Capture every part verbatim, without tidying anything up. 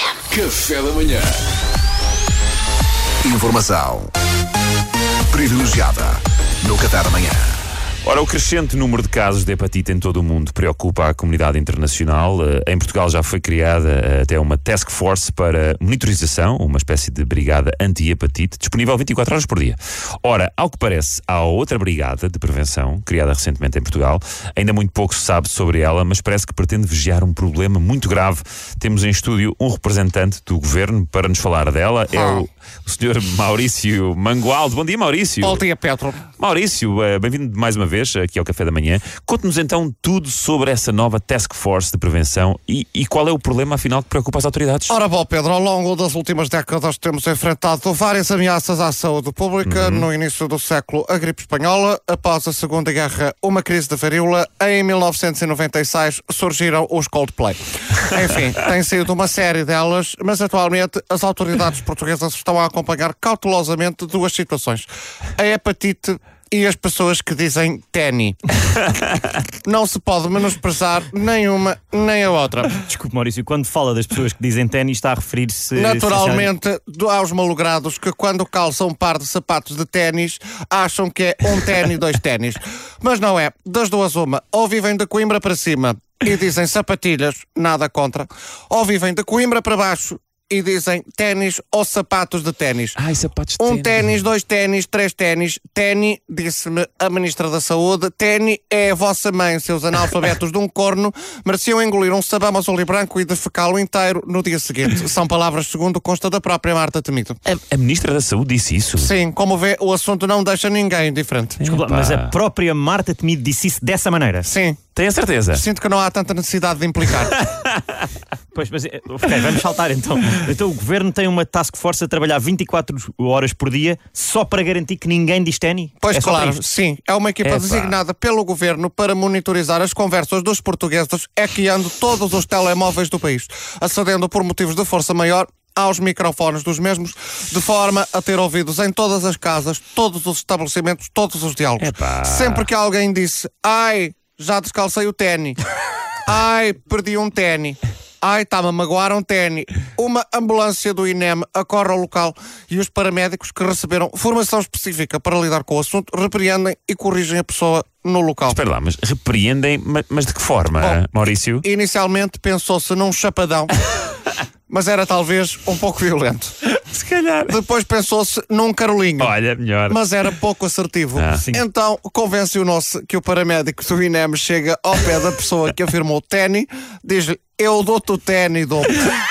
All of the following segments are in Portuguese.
Café da manhã. Informação privilegiada no Café da manhã. Ora, o crescente número de casos de hepatite em todo o mundo preocupa a comunidade internacional. Em Portugal já foi criada até uma task force para monitorização, uma espécie de brigada anti-hepatite, disponível vinte e quatro horas por dia. Ora, ao que parece, há outra brigada de prevenção, criada recentemente em Portugal. Ainda muito pouco se sabe sobre ela, mas parece que pretende vigiar um problema muito grave. Temos em estúdio um representante do governo para nos falar dela. É o, o senhor Maurício Mangualde. Bom dia, Maurício. Bom dia, Pedro. Maurício, bem-vindo mais uma vez aqui ao Café da Manhã. Conte-nos então tudo sobre essa nova Task Force de prevenção e, e qual é o problema, afinal, que preocupa as autoridades. Ora bom, Pedro, ao longo das últimas décadas temos enfrentado várias ameaças à saúde pública. Uhum. No início do século, a gripe espanhola. Após a Segunda Guerra, uma crise de varíola. Em mil novecentos e noventa e seis surgiram os Coldplay. Enfim, tem sido uma série delas, mas atualmente as autoridades portuguesas estão a acompanhar cautelosamente duas situações: a hepatite e as pessoas que dizem ténis. Não se pode menosprezar nem uma nem a outra. Desculpe, Maurício, quando fala das pessoas que dizem ténis, está a referir-se... Naturalmente, aos malogrados que quando calçam um par de sapatos de ténis acham que é um ténis, dois ténis. Mas não é. Das duas uma. Ou vivem de Coimbra para cima e dizem sapatilhas, nada contra. Ou vivem de Coimbra para baixo e dizem ténis ou sapatos de ténis. Ai, sapatos de Um ténis. ténis, dois ténis, três ténis. Ténis, disse-me a Ministra da Saúde, ténis é a vossa mãe. Seus analfabetos de um corno mereciam engolir um sabão azul e branco e defecá-lo inteiro no dia seguinte. São palavras segundo consta da própria Marta Temido. A, a Ministra da Saúde disse isso? Sim, como vê, o assunto não deixa ninguém indiferente. Desculpa, mas a própria Marta Temido disse isso dessa maneira? Sim. Tem a certeza? Sinto que não há tanta necessidade de implicar. Pois, mas ok, vamos saltar então. Então o Governo tem uma task force a trabalhar vinte e quatro horas por dia só para garantir que ninguém diz ténis? Pois é claro, sim. É uma equipa Epa. designada pelo Governo para monitorizar as conversas dos portugueses hackeando todos os telemóveis do país, acedendo por motivos de força maior aos microfones dos mesmos, de forma a ter ouvidos em todas as casas, todos os estabelecimentos, todos os diálogos. Epá. Sempre que alguém disse, ai, já descalcei o ténis, ai, perdi um ténis, ai, está-me a magoar um ténis, uma ambulância do I N E M acorre ao local e os paramédicos que receberam formação específica para lidar com o assunto repreendem e corrigem a pessoa no local. Espera lá, mas repreendem, mas, mas de que forma, Bom, Maurício? Inicialmente pensou-se num chapadão, mas era talvez um pouco violento. Se calhar. Depois pensou-se num carolinho. Olha, melhor. Mas era pouco assertivo. Ah, então convencionou-se que o paramédico do I N E M chega ao pé da pessoa que afirmou ténis, diz-lhe, eu dou-te o ténis, dou-te.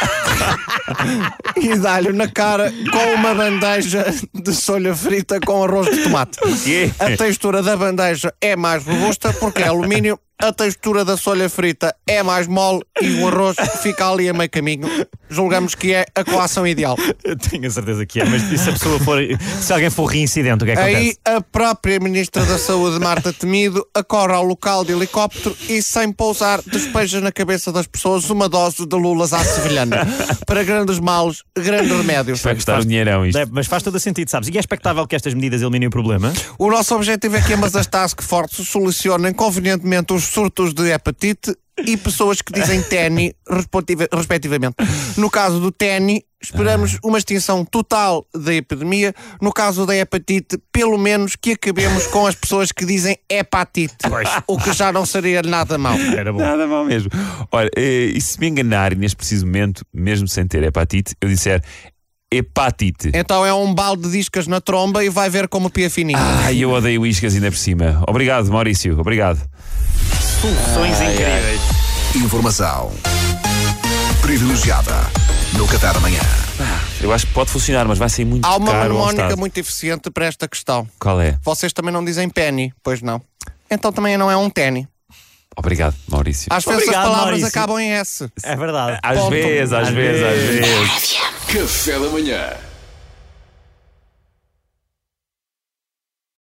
E dá-lhe na cara com uma bandeja de solha frita com arroz de tomate. quê? A textura da bandeja é mais robusta porque é alumínio, a textura da solha frita é mais mole e o arroz fica ali a meio caminho. Julgamos que é a coação ideal. Eu tenho a certeza que é, mas se a pessoa for, se alguém for reincidente, o que é que Aí acontece? a própria Ministra da Saúde, Marta Temido, acorre ao local de helicóptero e, sem pousar, despeja na cabeça das pessoas uma dose de lulas à sevilhana. Para grandes males, grande remédio. Vai custar um dinheirão isto. É, mas faz todo o sentido, sabes? E é expectável que estas medidas eliminem o problema? O nosso objetivo é que ambas as task forces solucionem convenientemente os surtos de hepatite e pessoas que dizem ténis, respectivamente. No caso do ténis, esperamos uma extinção total da epidemia. No caso da hepatite, pelo menos que acabemos com as pessoas que dizem hepatite, o que já não seria nada mau. Era bom. Nada mal mesmo. Olha, e se me enganarem neste preciso momento, mesmo sem ter hepatite, eu disser hepatite. Então é um balde de discas na tromba e vai ver como pia fininho. Ai, eu odeio iscas ainda por cima. Obrigado, Maurício. Obrigado. Soluções incríveis. Informação privilegiada no Café da manhã. Eu acho que pode funcionar, mas vai ser muito Há uma caro ao mnemónica Estado. muito eficiente para esta questão. Qual é? Vocês também não dizem penny, pois não? Então também não é um ténis. Obrigado, Maurício. Às vezes Obrigado, as palavras Maurício. acabam em S. É verdade. Às Ponto. vezes, às Às vezes, às vezes. vezes. Café da manhã.